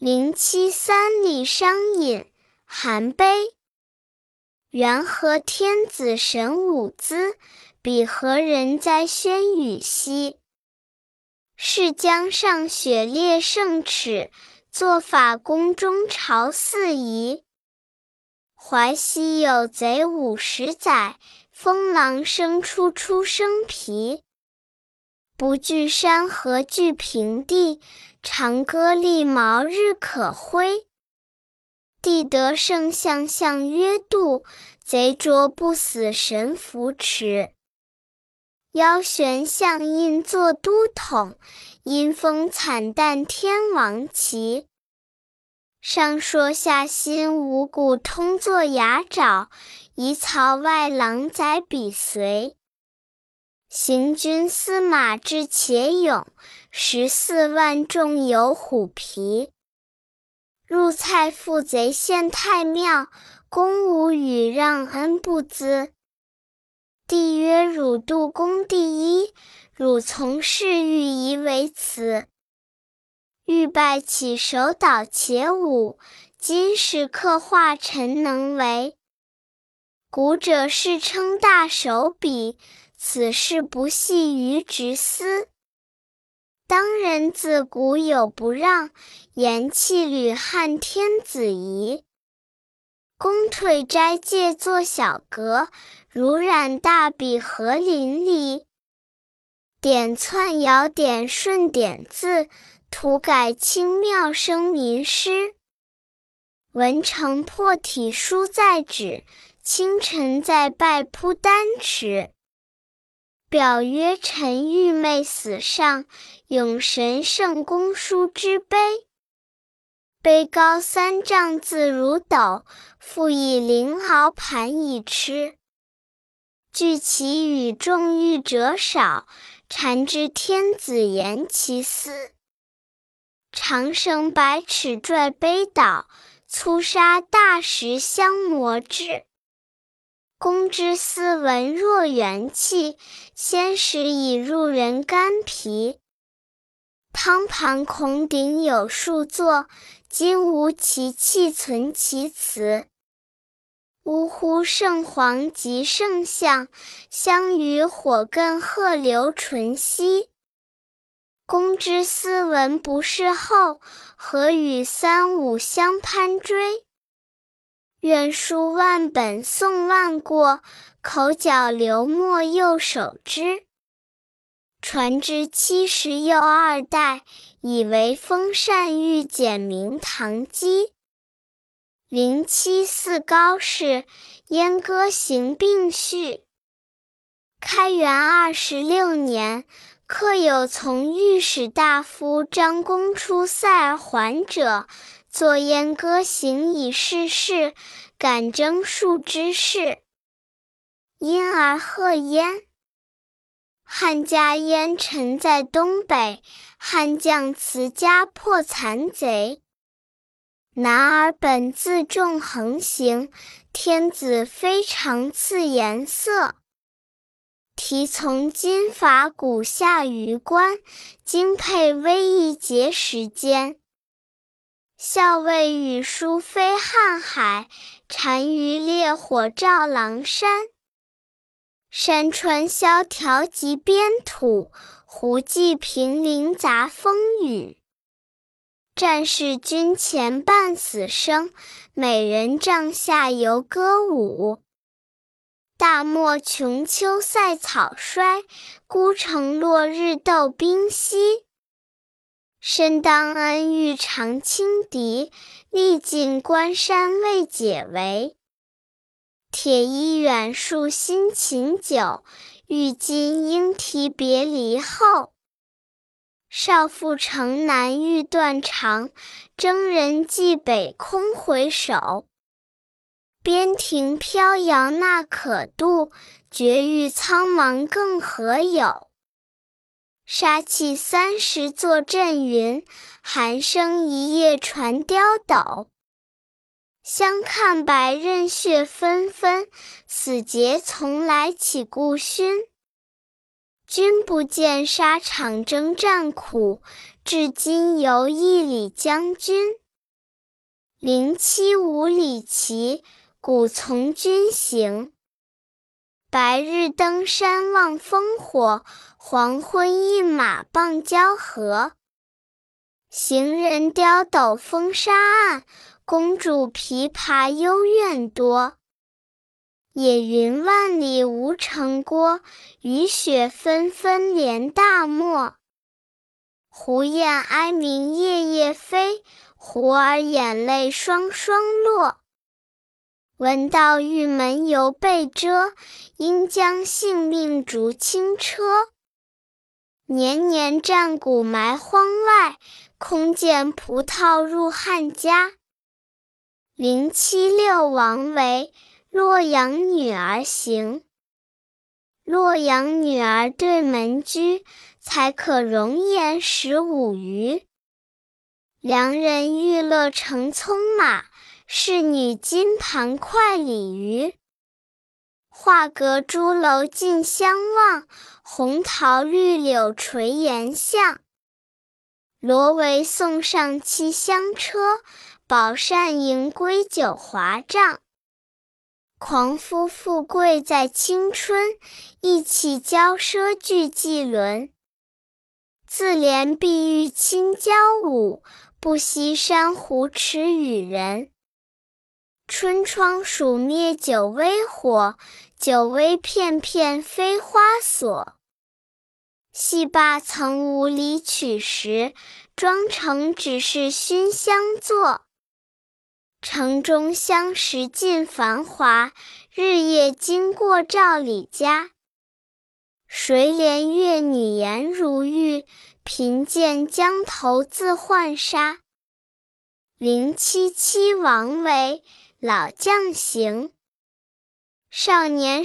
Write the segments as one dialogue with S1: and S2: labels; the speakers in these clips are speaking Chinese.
S1: 073里商隐，韩悲。元和天子神武姿，彼何人哉轩宇兮？是江上雪列圣齿，作法宫中朝四夷。淮西有贼50载，风狼生出生皮。不惧山河惧平地，长歌利毛日可挥。帝得圣相相曰度，贼捉不死神扶持。腰悬象印作都统，阴风惨淡天王旗。上说下辛五谷通作牙爪，夷曹外郎宰彼随。行军司马至且勇，14万众有虎皮。入蔡父贼献太庙，公无与让恩不资。帝曰：汝度公第一，汝从事欲夷为辞。欲拜起手蹈且舞，今时刻化臣能为。古者世称大手笔，此事不系于直思。当人自古有不让，言弃履汉天子仪。公退斋戒作小阁，如染大笔何淋漓。点窜摇点顺点字，涂改清妙生民诗。文成破体书在纸，清晨在拜铺丹池。表曰臣欲昧死上，永神圣公书之碑。碑高3丈自如斗，复以绫鳌盘以吃。据其与众御者少，禅之天子言其私。长绳百尺拽碑倒，粗沙大石相磨制。公之斯文若元气，先时已入人肝脾。汤盘孔鼎有数作，今无其器存其词。呜呼圣皇及圣相，相与火艮鹤流淳兮。公之斯文不是后，何与3、5相攀追？愿书万本诵万过，口角流墨又手之。传之70又2代，以为风扇欲简明堂基。074高士，燕歌行并序。开元26年，客有从御史大夫张公出塞而还者，作燕歌行以示事，感征数之事。因而贺燕。汉家燕臣在东北，汉将辞家破残贼。男儿本自重横行，天子非常赐颜色。题从金法骨下于冠，精佩威仪结时间。校尉羽书飞瀚海，单于烈火照狼山。山川萧条及边土，胡骑凭陵杂风雨。战士军前半死生，美人帐下犹歌舞。大漠穷秋塞草衰，孤城落日斗兵稀。身当恩遇常轻敌，历尽关山未解围。铁衣远戍辛勤久，欲今应啼别离后。少妇城南欲断肠，征人蓟北空回首。边庭飘摇那可度，绝域苍茫更何有。杀气30作阵云，寒声一夜传刁斗。相看白刃血纷纷，死节从来岂顾勋。君不见沙场征战苦，至今犹忆李将军。 07五里骑，鼓从军行。白日登山望烽火，黄昏一马傍交河。行人刁斗风沙暗，公主琵琶幽怨多。野云万里无城郭，雨雪纷纷连大漠。胡雁哀鸣夜夜飞，胡儿眼泪双双落。闻道玉门犹被遮，应将性命逐轻车。年年战鼓埋荒外，空见葡萄入汉家。076王维，洛阳女儿行。洛阳女儿对门居，才可容颜15余。良人玉勒乘葱马，仕女金盘快鲤鱼。画阁朱楼尽相望，红桃绿柳垂檐下。罗帷送上7香车，宝扇迎归9华帐。狂夫富贵在青春，意气骄奢俱纪伦。自怜碧玉清娇舞，不惜珊瑚耻与人。春窗暑灭酒微火，酒微片片飞花锁。戏罢曾无理取时，妆成只是熏香作。城中相识尽繁华，日夜经过赵李家。谁怜越女颜如玉，贫贱江头自浣纱。077王维，老将行。少年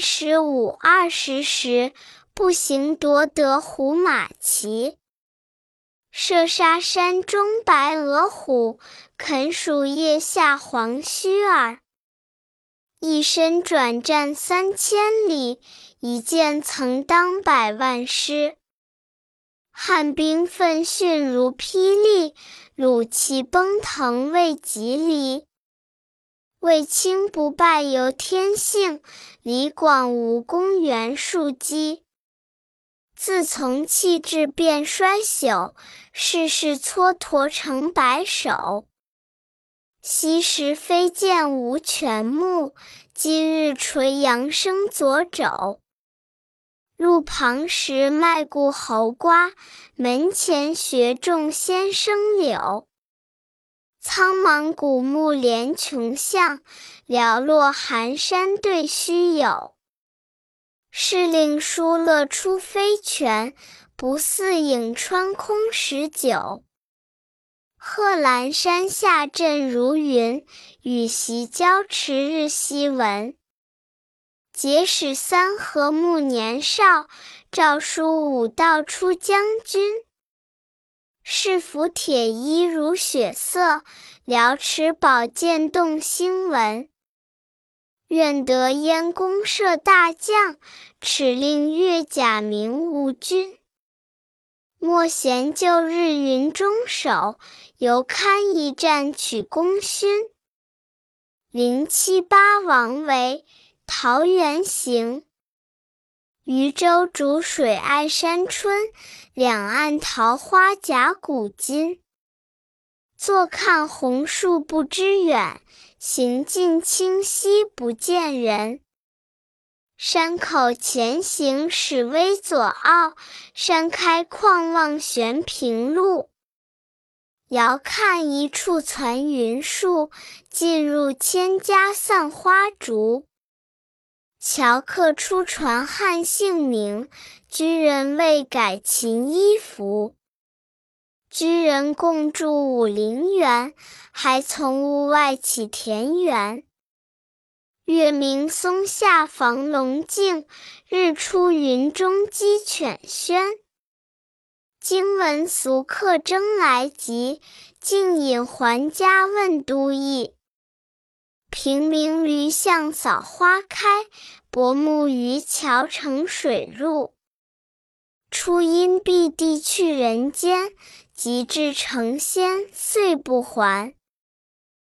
S1: 15、20时，步行夺得胡马骑。射杀山中白额虎，啃鼠腋下黄须儿。一身转战3000里，一剑曾当100万师。汉兵奋迅如霹雳，虏骑奔腾未及离。卫青不败由天性，李广无功袁术机。自从弃智便衰朽，世事蹉跎成白首。昔时飞剑无全目，今日垂杨生左肘。路旁拾麦故侯瓜，门前学种先生柳。苍茫古木连穷巷，寥落寒山对虚有。试令书勒出飞泉，不似颍川空19。贺兰山下阵如云，羽檄交驰日夕闻。节使3河暮年少，诏书武道出将军。士服铁衣如血色，辽持宝剑动星纹。愿得燕公射大将，敕令越甲鸣吴军。莫嫌旧日云中守，犹堪一战取功勋。078王维，桃源行。渔舟逐水爱山春，两岸桃花夹古今。坐看红树不知远，行尽清溪不见人。山口前行始微左傲，山开旷望悬平路。遥看一处攒云树，近入千家散花竹。樵客初传汉姓名，居人未改秦衣服。居人共筑武陵源，还从屋外起田园。月明松下房龙镜，日出云中鸡犬喧。今闻俗客争来集，径引还家问都邑。平明驴巷扫花开，薄暮渔樵乘水入。初因碧地去人间，及至成仙遂不还。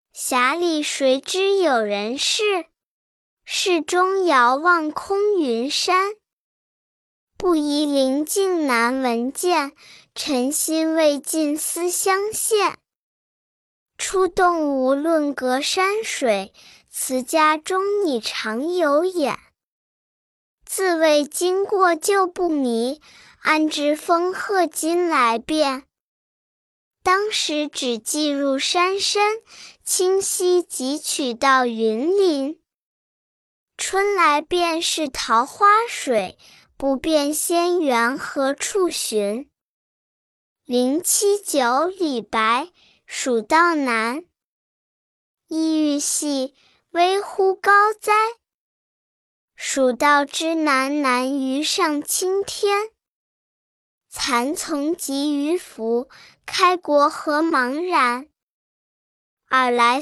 S1: 匣里谁知有人是？室中遥望空云山。不疑临镜难闻见，尘心未尽思乡现。出洞无论隔山水，辞家中你常有眼。自谓经过旧不迷，安知风鹤今来变。当时只记入山深，清溪即取到云林。春来便是桃花水，不辨仙缘何处寻。079李白，蜀道难。意欲细，微乎高哉！蜀道之难，难于上青天。蚕丛及鱼凫，开国何茫然。尔来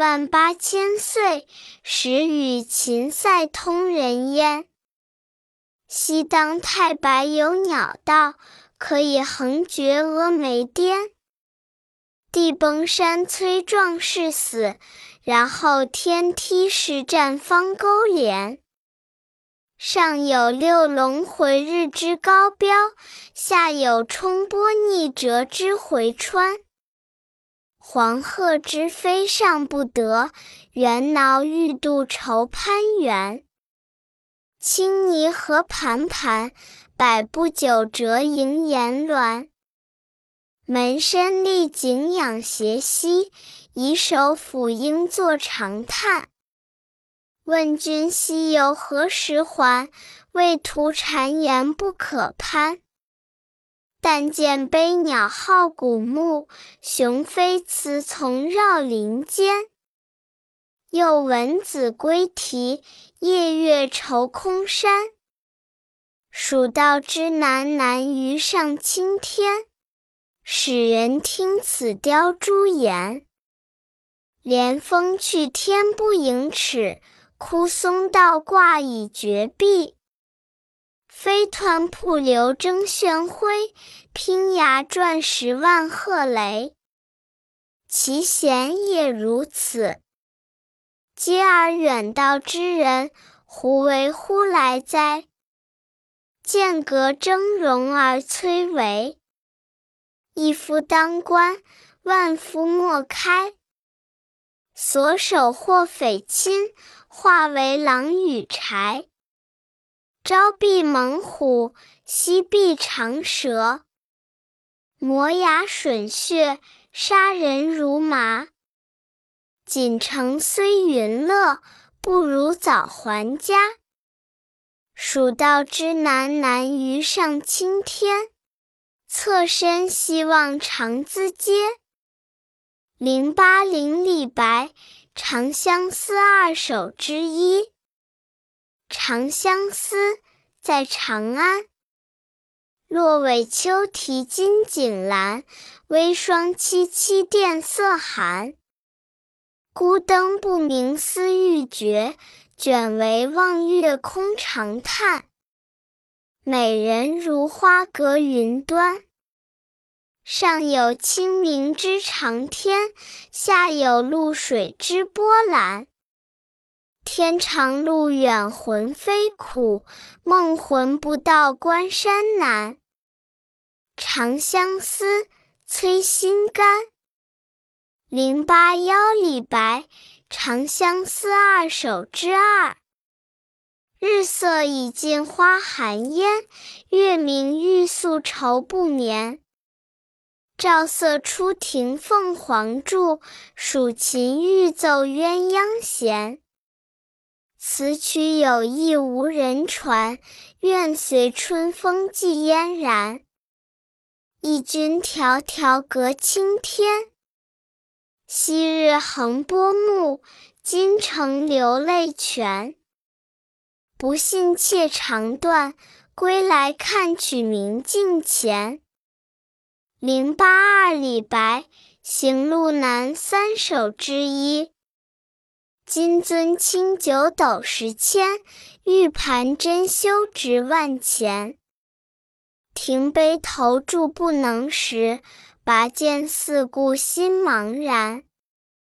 S1: 48000岁，始与秦塞通人烟。西当太白有鸟道，可以横绝峨眉巅。地崩山摧壮士死，然后天梯石栈方沟连。上有六龙回日之高标，下有冲波逆折之回川。黄鹤之飞上不得，猿猱欲度愁攀援。青泥何盘盘，百步九折萦岩峦。门深立景仰斜溪，以手抚膺作长叹。问君西游何时还？畏途谗言不可攀。但见悲鸟号古木，雄飞雌从绕林间。又闻子规啼，夜月愁空山。蜀道之难，难于上青天。使人听此凋朱颜。连峰去天不盈尺，枯松倒挂倚绝壁。飞湍瀑流争喧辉，拼崖转10万壑雷。其弦也如此。嗟尔远道之人，胡为乎来哉？间隔峥嵘而崔嵬。一夫当关，万夫莫开。所守或匪侵，化为狼与豺。朝避猛虎，夕避长蛇。磨牙吮血，杀人如麻。锦城虽云乐，不如早还家。蜀道之难，难于上青天。侧身西望长咨嗟。080李白，长相思2首之一。长相思，在长安。落尾秋啼金井阑，微霜凄凄殿色寒。孤灯不明思欲绝，卷帷望月空长叹。美人如花隔云端。上有清明之长天，下有渌水之波澜。天长路远魂飞苦，梦魂不到关山难。长相思，催心肝。081李白，长相思2首之二。日色已尽花含烟，月明欲宿愁不眠。照色出庭凤凰柱，蜀琴欲奏鸳鸯弦。此曲有意无人传，愿随春风寄嫣然。忆君迢迢隔青天，昔日横波目，今成流泪泉。不信妾长断，归来看取明镜前。082李白，行路难3首之一。金樽清酒斗十千，玉盘珍羞值万钱。停杯投箸不能食，拔剑四顾心茫然。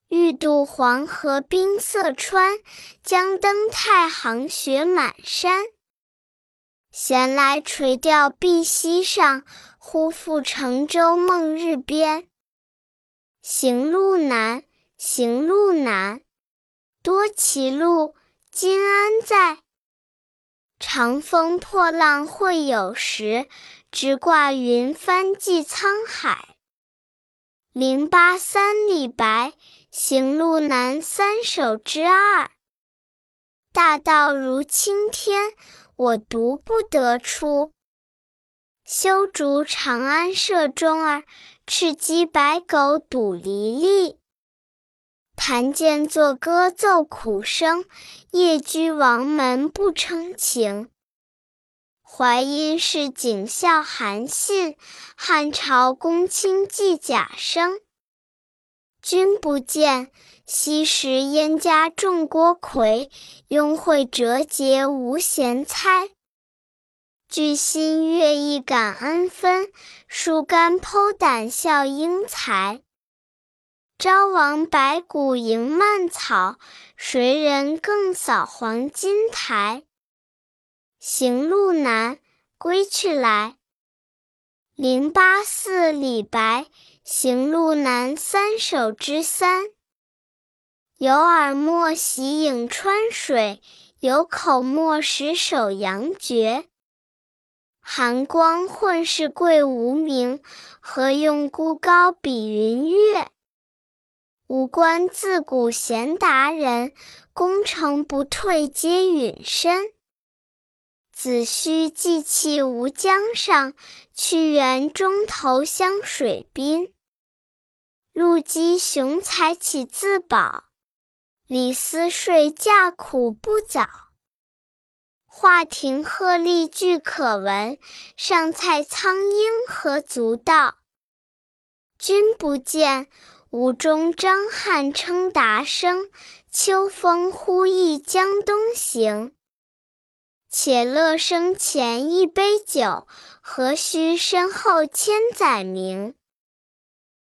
S1: 欲渡黄河冰塞川，将登太行雪满山。闲来垂钓碧溪上，忽复乘舟梦日边。行路难，行路难，多歧路，今安在？长风破浪会有时，直挂云帆济沧海。083李白，行路难三首之二。大道如青天，我独不得出。修竹长安舍中儿，赤鸡白狗笃离离。弹剑作歌奏苦声，夜居王门不称情。淮阴市警校韩信，汉朝公卿寄贾生。君不见，昔时燕家种郭葵，拥会折节无闲猜。聚心悦意感恩分，疏肝剖胆效英才。朝王白骨迎蔓草，谁人更扫黄金台？行路难，归去来。084李白，行路难三首之三。有耳莫习颍川水，有口莫识守阳绝。寒光混世贵无名，何用孤高比云月？吾观自古贤达人，功成不退皆允身。子虚祭器吴江上，屈原中投湘水滨。陆机雄才岂自保？李斯睡驾苦不早。华亭鹤唳俱可闻，上蔡苍鹰何足道？君不见，吴中张翰称达生，秋风呼忆江东行。且乐生前一杯酒，何须身后千载名。